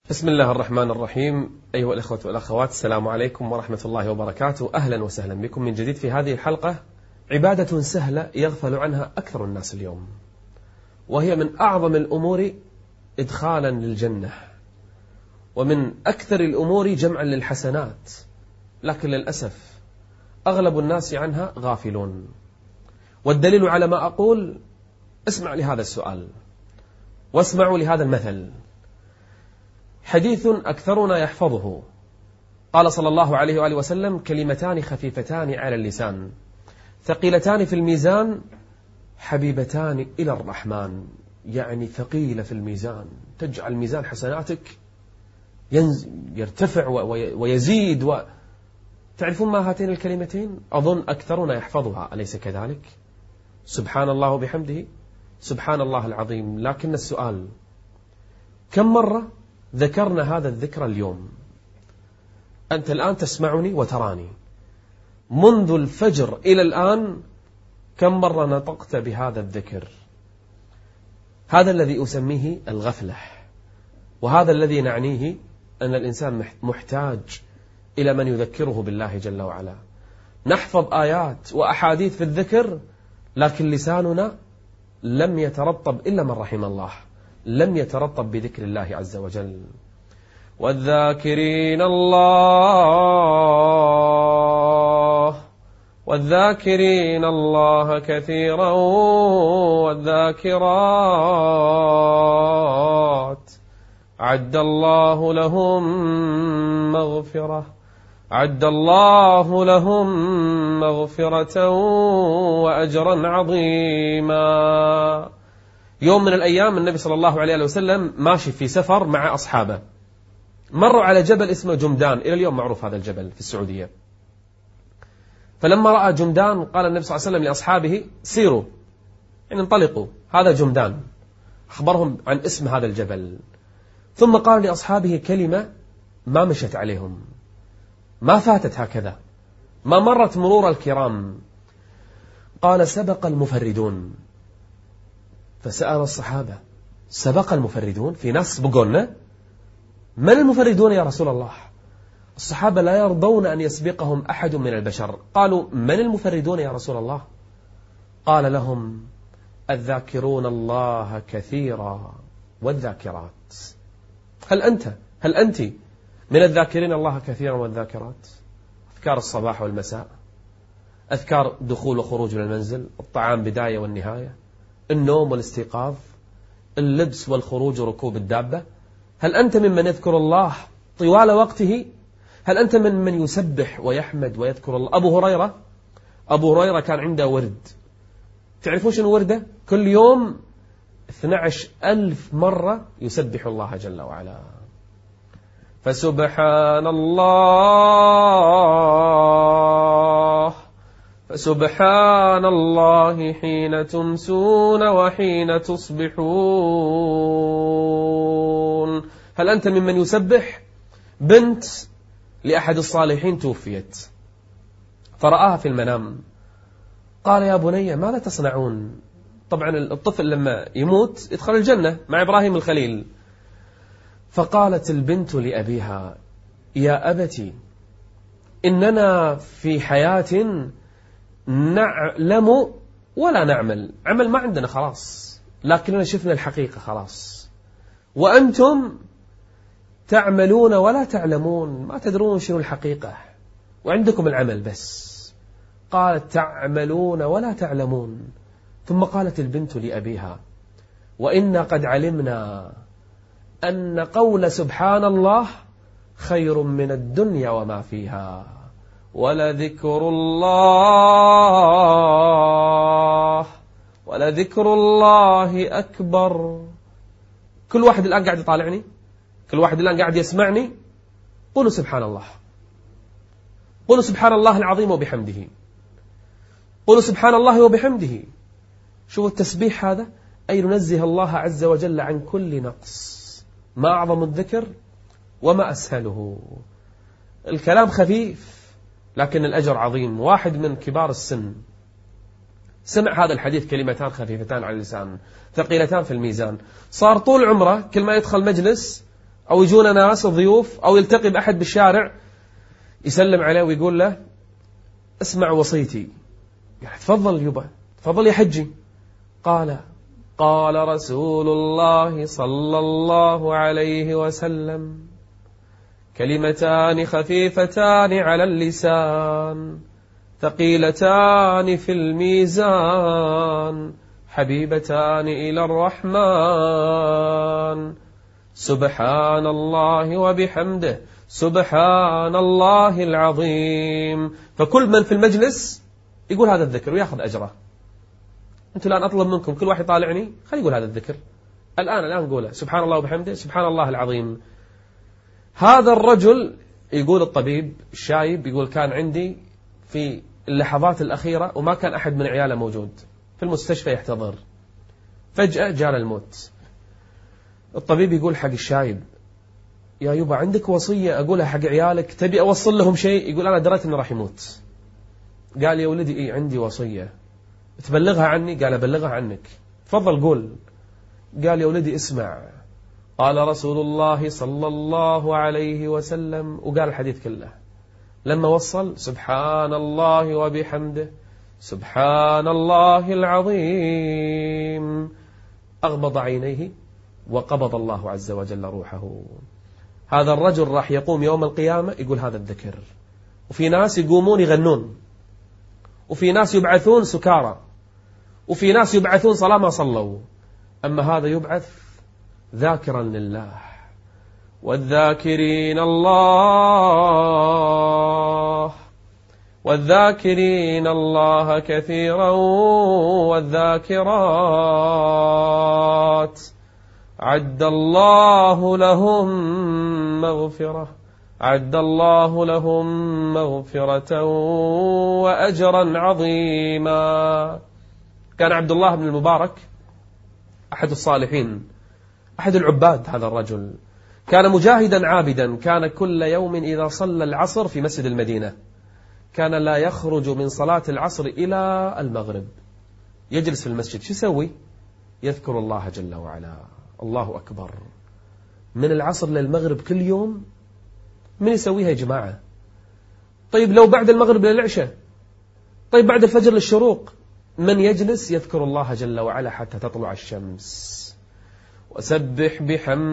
بسم الله الرحمن الرحيم. أيها الإخوة والأخوات، السلام عليكم ورحمة الله وبركاته. أهلا وسهلا بكم من جديد في هذه الحلقة. عبادة سهلة يغفل عنها أكثر الناس اليوم، وهي من أعظم الأمور إدخالا للجنة، ومن أكثر الأمور جمعا للحسنات، لكن للأسف أغلب الناس عنها غافلون. والدليل على ما أقول، اسمع لهذا السؤال واسمعوا لهذا المثل. حديث أكثرنا يحفظه، قال صلى الله عليه وآله وسلم: كلمتان خفيفتان على اللسان ثقيلتان في الميزان حبيبتان إلى الرحمن. يعني ثقيلة في الميزان، تجعل ميزان حسناتك يرتفع ويزيد. تعرفون ما هاتين الكلمتين؟ أظن أكثرنا يحفظها، أليس كذلك؟ سبحان الله وبحمده، سبحان الله العظيم. لكن السؤال، كم مرة ذكرنا هذا الذكر اليوم؟ أنت الآن تسمعني وتراني، منذ الفجر إلى الآن كم مرة نطقت بهذا الذكر؟ هذا الذي أسميه الغفلة، وهذا الذي نعنيه أن الإنسان محتاج إلى من يذكره بالله جل وعلا. نحفظ آيات وأحاديث في الذكر، لكن لساننا لم يترطب إلا من رحم الله، لم يترطب بذكر الله عز وجل. والذاكرين الله كثيرا والذاكرات أعد الله لهم مغفرة وأجرا عظيما. يوم من الأيام النبي صلى الله عليه وسلم ماشي في سفر مع أصحابه، مروا على جبل اسمه جمدان، إلى اليوم معروف هذا الجبل في السعودية. فلما رأى جمدان قال النبي صلى الله عليه وسلم لأصحابه: سيروا، يعني انطلقوا، هذا جمدان. أخبرهم عن اسم هذا الجبل، ثم قال لأصحابه كلمة ما مشت عليهم، ما فاتت هكذا، ما مرت مرور الكرام. قال: سبق المفردون. فسأل الصحابة: سبق المفردون؟ في ناس سبقونا؟ من المفردون يا رسول الله؟ الصحابة لا يرضون أن يسبقهم أحد من البشر. قالوا: من المفردون يا رسول الله؟ قال لهم: الذاكرون الله كثيرا والذاكرات. هل أنت من الذاكرين الله كثيرا والذاكرات؟ أذكار الصباح والمساء، أذكار دخول وخروج من المنزل، الطعام بداية والنهاية، النوم والاستيقاظ، اللبس والخروج وركوب الدابة. هل أنت ممن يذكر الله طوال وقته؟ هل أنت من يسبح ويحمد ويذكر الله؟ أبو هريرة كان عنده ورد. تعرفون شنو ورده؟ كل يوم 12,000 مرة يسبح الله جل وعلا. فسبحان الله حين تمسون وحين تصبحون. هل أنت ممن يسبح؟ بنت لأحد الصالحين توفيت، فرآها في المنام، قال: يا بني ماذا تصنعون؟ طبعا الطفل لما يموت يدخل الجنة مع إبراهيم الخليل. فقالت البنت لأبيها: يا أبتي، إننا في حياة نعلم ولا نعمل، عمل ما عندنا خلاص، لكننا شفنا الحقيقة خلاص، وأنتم تعملون ولا تعلمون، ما تدرون شنو الحقيقة، وعندكم العمل بس. قالت: تعملون ولا تعلمون. ثم قالت البنت لأبيها: وإنا قد علمنا أن قول سبحان الله خير من الدنيا وما فيها، ولذكر الله أكبر. كل واحد الآن قاعد يطالعني، كل واحد الآن قاعد يسمعني، قولوا سبحان الله، قولوا سبحان الله العظيم وبحمده، قولوا سبحان الله وبحمده. شوفوا التسبيح هذا، أي ننزه الله عز وجل عن كل نقص. ما أعظم الذكر وما أسهله. الكلام خفيف لكن الأجر عظيم. واحد من كبار السن سمع هذا الحديث: كلمتان خفيفتان على اللسان ثقيلتان في الميزان. صار طول عمره كل ما يدخل مجلس أو يجون ناس ضيوف، أو يلتقي بأحد بالشارع يسلم عليه ويقول له اسمع وصيتي، يعني تفضل يبا، تفضل يا حجي. قال رسول الله صلى الله عليه وسلم: كلمتان خفيفتان على اللسان ثقيلتان في الميزان حبيبتان إلى الرحمن، سبحان الله وبحمده سبحان الله العظيم. فكل من في المجلس يقول هذا الذكر ويأخذ أجره. أنتوا الآن أطلب منكم كل واحد يطالعني خلي يقول هذا الذكر الآن قوله: سبحان الله وبحمده سبحان الله العظيم. هذا الرجل، يقول الطبيب الشايب، يقول كان عندي في اللحظات الأخيرة وما كان أحد من عياله موجود في المستشفى يحتضر، فجأة جاء الموت. الطبيب يقول حق الشايب: يا يبا عندك وصية أقولها حق عيالك، تبي أوصل لهم شيء؟ يقول أنا دريت أنه راح يموت. قال: يا ولدي إيه عندي وصية، تبلغها عني؟ قال: أبلغها عنك، تفضل قول. قال: يا ولدي اسمع، قال رسول الله صلى الله عليه وسلم، وقال الحديث كله. لما وصل: سبحان الله وبحمده سبحان الله العظيم، أغمض عينيه وقبض الله عز وجل روحه. هذا الرجل راح يقوم يوم القيامة يقول هذا الذكر، وفي ناس يقومون يغنون، وفي ناس يبعثون سكارى، وفي ناس يبعثون صلاة ما صلوا، أما هذا يبعث ذاكرا لله. والذاكرين الله كثيرا والذاكرات عد الله لهم مغفرة وأجرا عظيما. كان عبد الله بن المبارك أحد الصالحين، أحد العباد. هذا الرجل كان مجاهدا عابدا، كان كل يوم إذا صلى العصر في مسجد المدينة كان لا يخرج من صلاة العصر إلى المغرب، يجلس في المسجد. شو يسوي؟ يذكر الله جل وعلا. الله أكبر. من العصر للمغرب كل يوم، من يسويها يا جماعة؟ طيب لو بعد المغرب للعشاء، طيب بعد الفجر للشروق، من يجلس يذكر الله جل وعلا حتى تطلع الشمس. وسبح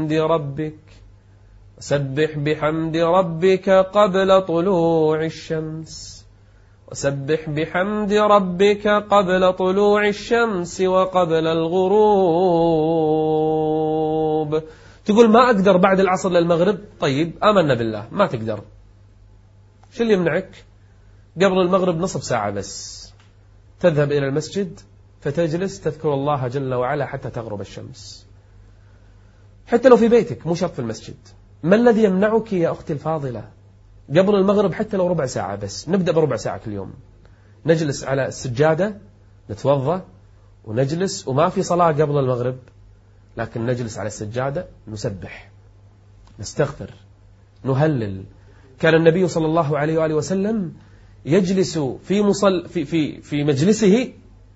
بحمد ربك قبل طلوع الشمس، وسبح بحمد ربك قبل طلوع الشمس وقبل الغروب. تقول ما أقدر بعد العصر للمغرب. طيب آمنا بالله ما تقدر، شو اللي يمنعك؟ قبل المغرب نصف ساعة بس تذهب إلى المسجد فتجلس تذكر الله جل وعلا حتى تغرب الشمس، حتى لو في بيتك مو شرط في المسجد. ما الذي يمنعك يا أختي الفاضلة؟ قبل المغرب حتى لو ربع ساعة بس، نبدأ بربع ساعة كل يوم، نجلس على السجادة نتوضأ ونجلس، وما في صلاة قبل المغرب، لكن نجلس على السجادة نسبح نستغفر نهلل. كان النبي صلى الله عليه وآله وسلم يجلس في مجلسه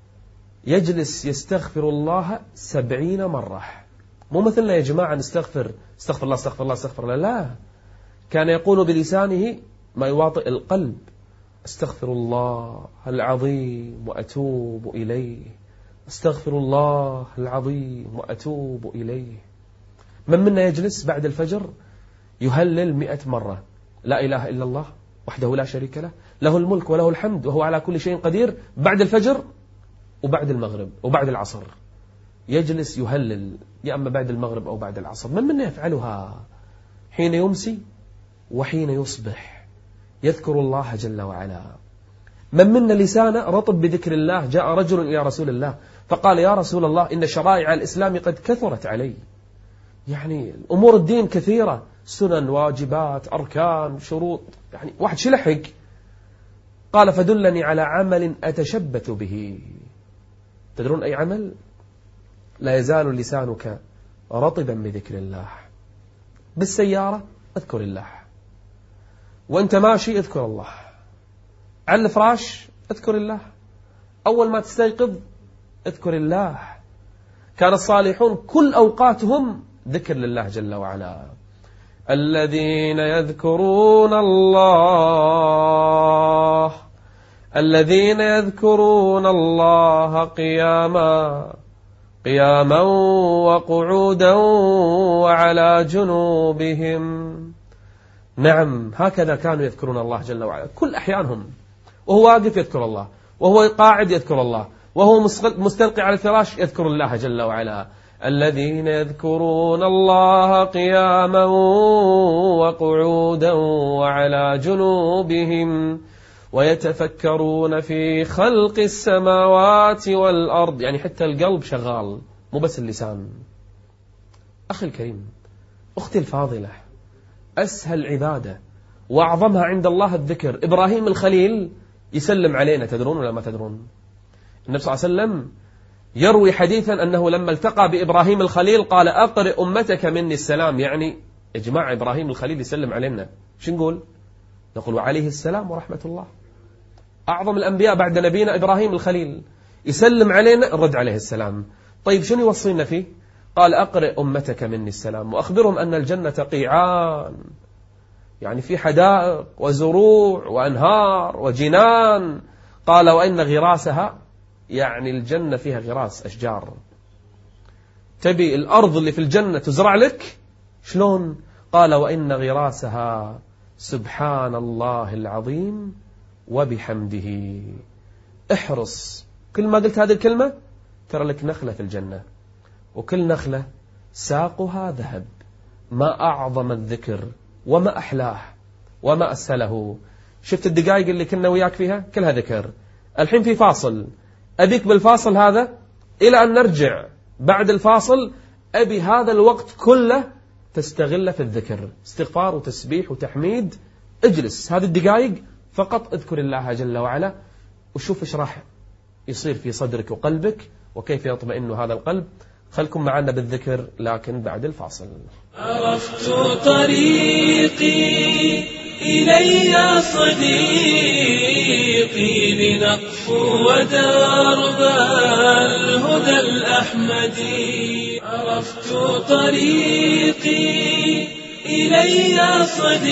يجلس يستغفر الله 70 مرة. مو مثلنا يا جماعة نستغفر استغفر الله استغفر الله استغفر الله، لا، كان يقول بلسانه ما يواطئ القلب: استغفر الله العظيم وأتوب إليه، استغفر الله العظيم وأتوب إليه. من منا يجلس بعد الفجر يهلل 100 مرة: لا إله إلا الله وحده لا شريك له، له الملك وله الحمد وهو على كل شيء قدير، بعد الفجر وبعد المغرب وبعد العصر يجلس يهلل، يا أما بعد المغرب أو بعد العصر. من منا يفعلها حين يمسي وحين يصبح، يذكر الله جل وعلا. من منا لسانه رطب بذكر الله. جاء رجل إلى رسول الله فقال: يا رسول الله إن شرائع الإسلام قد كثرت علي، يعني أمور الدين كثيرة، سنن واجبات أركان شروط، يعني واحد شلحق. قال: فدلني على عمل أتشبث به. تدرون أي عمل؟ لا يزال لسانك رطبا بذكر الله. بالسيارة اذكر الله، وانت ماشي اذكر الله، على الفراش اذكر الله، أول ما تستيقظ اذكر الله. كان الصالحون كل أوقاتهم ذكر لله جل وعلا. الذين يذكرون الله قياما وقعودا وعلى جنوبهم. نعم، هكذا كانوا يذكرون الله جل وعلا كل أحيانهم، وهو واقف يذكر الله، وهو قاعد يذكر الله، وهو مستلقي على الفراش يذكر الله جل وعلا. الذين يذكرون الله قياما وقعودا وعلى جنوبهم ويتفكرون في خلق السماوات والأرض. يعني حتى القلب شغال، مو بس اللسان. أخي الكريم، أختي الفاضلة، أسهل عبادة وأعظمها عند الله الذكر. إبراهيم الخليل يسلم علينا، تدرون ولا ما تدرون؟ النبي صلى الله عليه وسلم يروي حديثا أنه لما التقى بإبراهيم الخليل قال: أقرئ أمتك مني السلام. يعني يا جماعة إبراهيم الخليل يسلم علينا، شو نقول؟ نقول: وعليه السلام ورحمة الله. أعظم الأنبياء بعد نبينا إبراهيم الخليل يسلم علينا، نرد عليه السلام. طيب شنو يوصينا فيه؟ قال: أقرئ أمتك مني السلام وأخبرهم أن الجنة قيعان، يعني في حدائق وزروع وأنهار وجنان. قال: وإن غراسها، يعني الجنة فيها غراس أشجار. تبي الأرض اللي في الجنة تزرع لك؟ شلون؟ قال: وإن غراسها سبحان الله العظيم وبحمده. احرص، كل ما قلت هذه الكلمة ترى لك نخلة في الجنة، وكل نخلة ساقها ذهب. ما أعظم الذكر وما أحلاه وما أسهله. شفت الدقائق اللي كنا وياك فيها كلها ذكر. الحين في فاصل، أبيك بالفاصل هذا إلى أن نرجع بعد الفاصل، أبي هذا الوقت كله تستغله في الذكر، استغفار وتسبيح وتحميد. اجلس هذه الدقائق فقط اذكر الله جل وعلا، وشوف ايش راح يصير في صدرك وقلبك، وكيف يطمئن هذا القلب. خلكم معنا بالذكر لكن بعد الفاصل. عرفت طريقي إلي صديقي، لنقفو ودرب الهدى الأحمدي. عرفت طريقي إلي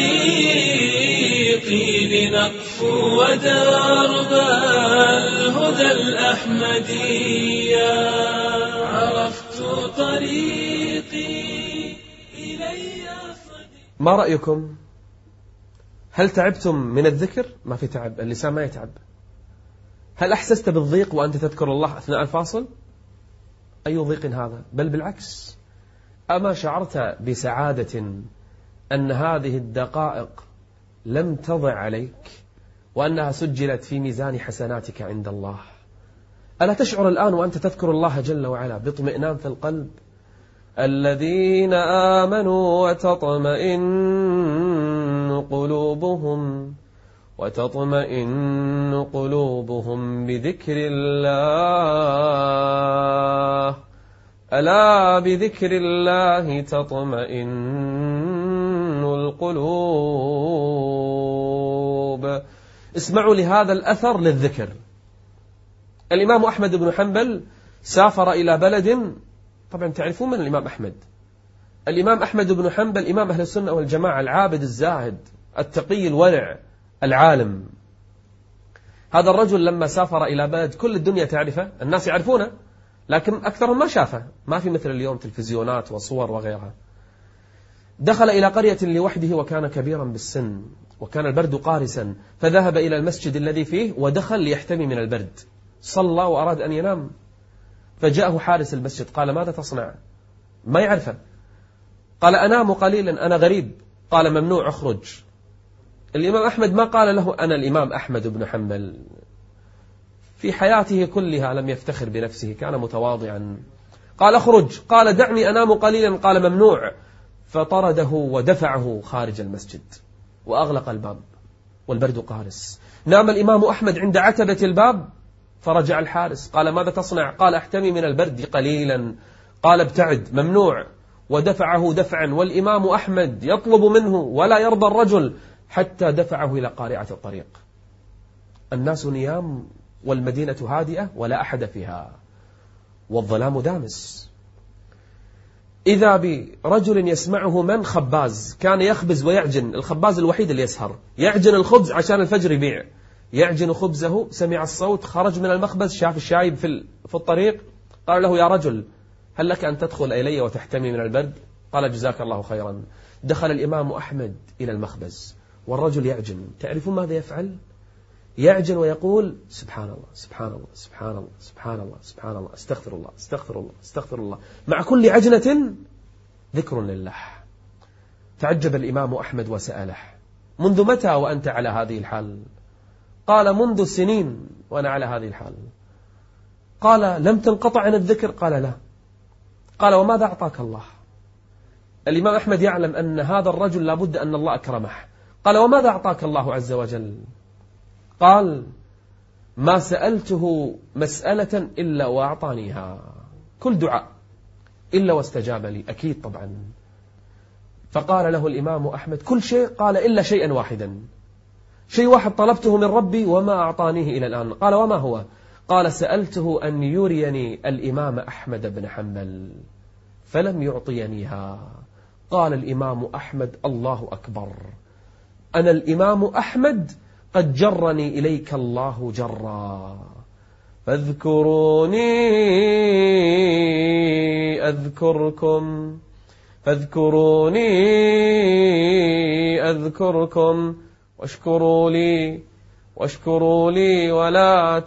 صديقي، لنقفو ودرب الهدى الأحمدي. عرفت طريقي إلي صديقي. ما رأيكم؟ هل تعبتم من الذكر؟ ما في تعب، اللسان ما يتعب. هل أحسست بالضيق وأنت تذكر الله أثناء الفاصل؟ أي ضيق هذا؟ بل بالعكس، أما شعرت بسعادة أن هذه الدقائق لم تضع عليك، وأنها سجلت في ميزان حسناتك عند الله؟ ألا تشعر الآن وأنت تذكر الله جل وعلا باطمئنان في القلب؟ الذين آمنوا وتطمئن قلوبهم بذكر الله. ألا بذكر الله تطمئن القلوب. اسمعوا لهذا الأثر للذكر. الإمام أحمد بن حنبل سافر إلى بلد، طبعا تعرفون من الإمام أحمد. الإمام أحمد بن حنبل إمام أهل السنة والجماعة، العابد الزاهد التقي الورع العالم. هذا الرجل لما سافر إلى بلد كل الدنيا تعرفه، الناس يعرفونه، لكن أكثرهم ما شافه، ما في مثل اليوم تلفزيونات وصور وغيرها. دخل إلى قرية لوحده وكان كبيرا بالسن، وكان البرد قارسا، فذهب إلى المسجد الذي فيه ودخل ليحتمي من البرد. صلى وأراد أن ينام، فجاءه حارس المسجد قال: ماذا تصنع؟ ما يعرفه. قال: أنام قليلا، أنا غريب. قال: ممنوع، اخرج. الإمام أحمد ما قال له أنا الإمام أحمد بن حنبل، في حياته كلها لم يفتخر بنفسه، كان متواضعا. قال: اخرج. قال: دعني أنام قليلا. قال: ممنوع. فطرده ودفعه خارج المسجد وأغلق الباب والبرد قارس. نام الإمام أحمد عند عتبة الباب، فرجع الحارس قال: ماذا تصنع؟ قال: أحتمي من البرد قليلا. قال: ابتعد، ممنوع. ودفعه دفعا، والإمام أحمد يطلب منه ولا يرضى الرجل، حتى دفعه إلى قارعة الطريق. الناس نيام والمدينة هادئة ولا أحد فيها، والظلام دامس. إذا برجل يسمعه من خباز كان يخبز ويعجن، الخباز الوحيد اللي يسهر، يعجن الخبز عشان الفجر يبيع، يعجن خبزه، سمع الصوت، خرج من المخبز، شاف الشايب في الطريق، قال له: يا رجل، هل لك أن تدخل إلي وتحتمي من البرد؟ قال: جزاك الله خيرا. دخل الإمام أحمد إلى المخبز والرجل يعجن. تعرفون ماذا يفعل؟ يعجن ويقول: سبحان الله سبحان الله سبحان الله سبحان الله سبحان الله، استغفر الله استغفر الله استغفر الله، مع كل عجنة ذكر لله. تعجب الإمام أحمد وسأله: منذ متى وأنت على هذه الحال؟ قال: منذ سنين وأنا على هذه الحال. قال: لم تنقطع عن الذكر؟ قال: لا. قال: وماذا أعطاك الله؟ الإمام أحمد يعلم أن هذا الرجل لابد أن الله أكرمه. قال: وماذا أعطاك الله عز وجل؟ قال: ما سألته مسألة إلا وأعطانيها، كل دعاء إلا واستجاب لي، أكيد طبعا. فقال له الإمام أحمد: كل شيء؟ قال: إلا شيئا واحدا، شيء واحد طلبته من ربي وما أعطانيه إلى الآن. قال: وما هو؟ قال: سألته أن يريني الإمام أحمد بن حنبل فلم يعطينيها. قال الإمام أحمد: الله أكبر، أنا الإمام أحمد قد جرني إليك الله جرا، فاذكروني أذكركم فاذكروني أذكركم واشكروا لي ولا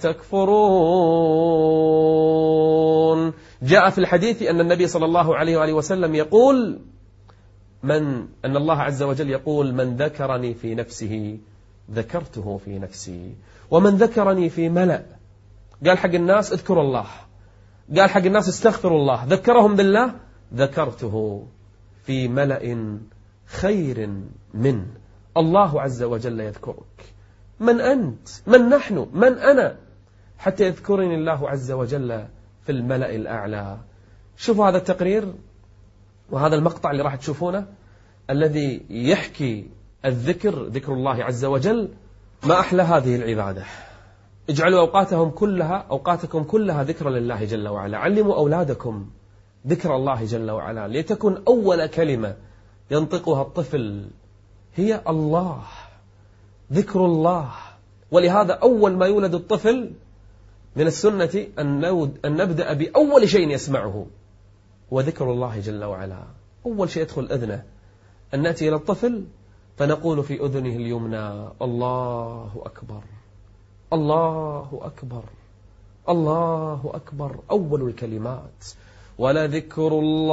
تكفرون. جاء في الحديث أن النبي صلى الله عليه وآله وسلم يقول أن الله عز وجل يقول: من ذكرني في نفسه ذكرته في نفسي، ومن ذكرني في ملأ، قال حق الناس اذكروا الله، قال حق الناس استغفروا الله، ذكرهم بالله، ذكرته في ملأ خير منه. الله عز وجل يذكرك. من أنت؟ من نحن؟ من أنا حتى يذكرني الله عز وجل في الملأ الأعلى؟ شوفوا هذا التقرير وهذا المقطع اللي راح تشوفونه الذي يحكي الذكر، ذكر الله عز وجل. ما أحلى هذه العبادة. اجعلوا أوقاتكم كلها ذكرا لله جل وعلا. علموا أولادكم ذكر الله جل وعلا، لتكن أول كلمة ينطقها الطفل هي الله، ذكر الله. ولهذا أول ما يولد الطفل من السنة أن نبدأ بأول شيء يسمعه وذكر الله جل وعلا. أول شيء يدخل أذنه أن نأتي إلى الطفل فنقول في أذنه اليمنى: الله أكبر الله أكبر الله أكبر. أول الكلمات. ولذكر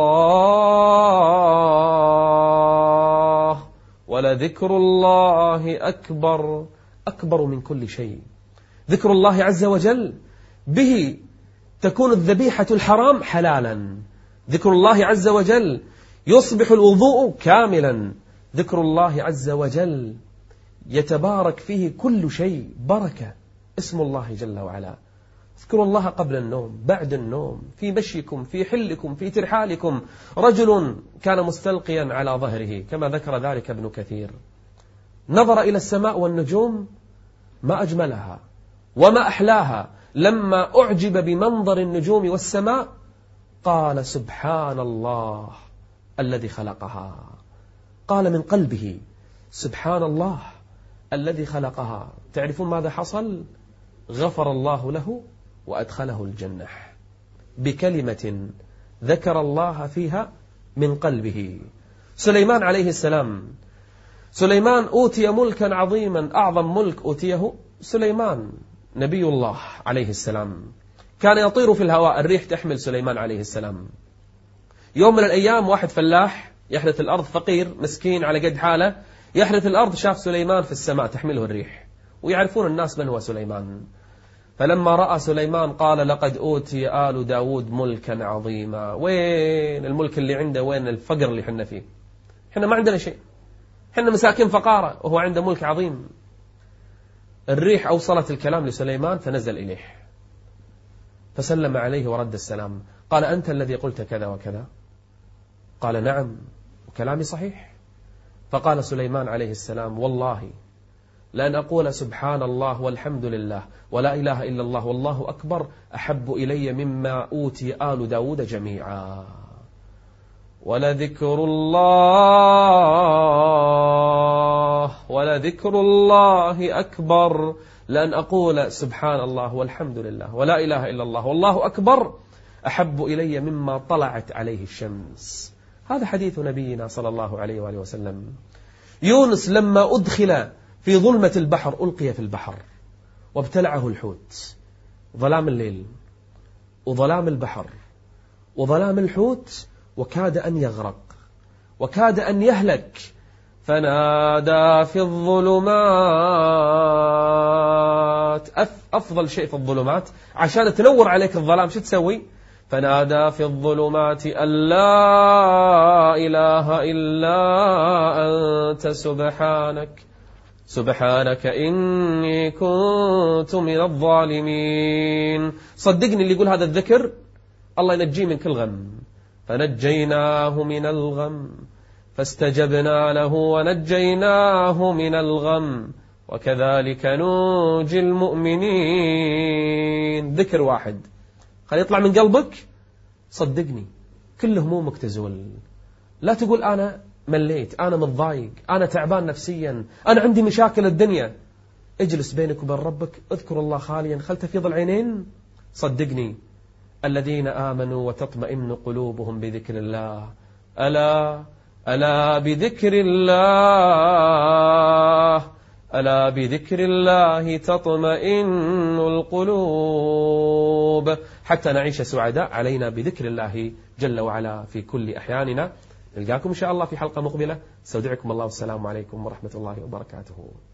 الله أكبر، أكبر من كل شيء. ذكر الله عز وجل به تكون الذبيحة الحرام حلالا. ذكر الله عز وجل يصبح الوضوء كاملا. ذكر الله عز وجل يتبارك فيه كل شيء، بركة. اسم الله جل وعلا. اذكروا الله قبل النوم، بعد النوم، في مشيكم، في حلكم، في ترحالكم. رجل كان مستلقيا على ظهره كما ذكر ذلك ابن كثير، نظر إلى السماء والنجوم، ما أجملها وما أحلاها. لما أعجب بمنظر النجوم والسماء قال: سبحان الله الذي خلقها. قال من قلبه: سبحان الله الذي خلقها. تعرفون ماذا حصل؟ غفر الله له وأدخله الجنة بكلمة ذكر الله فيها من قلبه. سليمان عليه السلام، سليمان أوتي ملكا عظيما، أعظم ملك أوتيه سليمان نبي الله عليه السلام. كان يطير في الهواء، الريح تحمل سليمان عليه السلام. يوم من الأيام واحد فلاح يحرث الأرض، فقير مسكين على قد حاله، يحرث الأرض، شاف سليمان في السماء تحمله الريح، ويعرفون الناس من هو سليمان. فلما رأى سليمان قال: لقد أوتي آل داود ملكا عظيما. وين الملك اللي عنده؟ وين الفقر اللي حنا فيه؟ حنا ما عندنا شيء، حنا مساكين فقارة، وهو عنده ملك عظيم. الريح أوصلت الكلام لسليمان فنزل إليه فسلم عليه ورد السلام. قال: أنت الذي قلت كذا وكذا؟ قال: نعم، وكلامي صحيح. فقال سليمان عليه السلام: والله لأن أقول سبحان الله والحمد لله ولا إله إلا الله والله أكبر أحب إلي مما أوتي آل داود جميعا. ولذكر الله أكبر، لأن أقول سبحان الله والحمد لله ولا إله إلا الله والله أكبر أحب إلي مما طلعت عليه الشمس. هذا حديث نبينا صلى الله عليه وآله وسلم. يونس لما أدخل في ظلمة البحر ألقي في البحر وابتلعه الحوت، ظلام الليل وظلام البحر وظلام الحوت، وكاد أن يغرق وكاد أن يهلك، فنادى في الظلمات. أفضل شيء في الظلمات عشان تنور عليك الظلام شو تسوي؟ فنادى في الظلمات أن لا إله إلا أنت سبحانك إني كنت من الظالمين. صدقني اللي يقول هذا الذكر الله ينجيه من كل غم. فنجيناه من الغم فاستجبنا له ونجيناه من الغم وكذلك ننجي المؤمنين. ذكر واحد خلي يطلع من قلبك، صدقني كل همومك تزول. لا تقول أنا مليت، أنا متضايق، أنا تعبان نفسيا، أنا عندي مشاكل الدنيا. اجلس بينك وبين ربك، اذكر الله خاليا خل تفيض العينين. صدقني الذين آمنوا وتطمئن قلوبهم بذكر الله. ألا بذكر الله تطمئن القلوب. حتى نعيش سعداء علينا بذكر الله جل وعلا في كل أحياننا. نلقاكم إن شاء الله في حلقة مقبلة. استودعكم الله والسلام عليكم ورحمة الله وبركاته.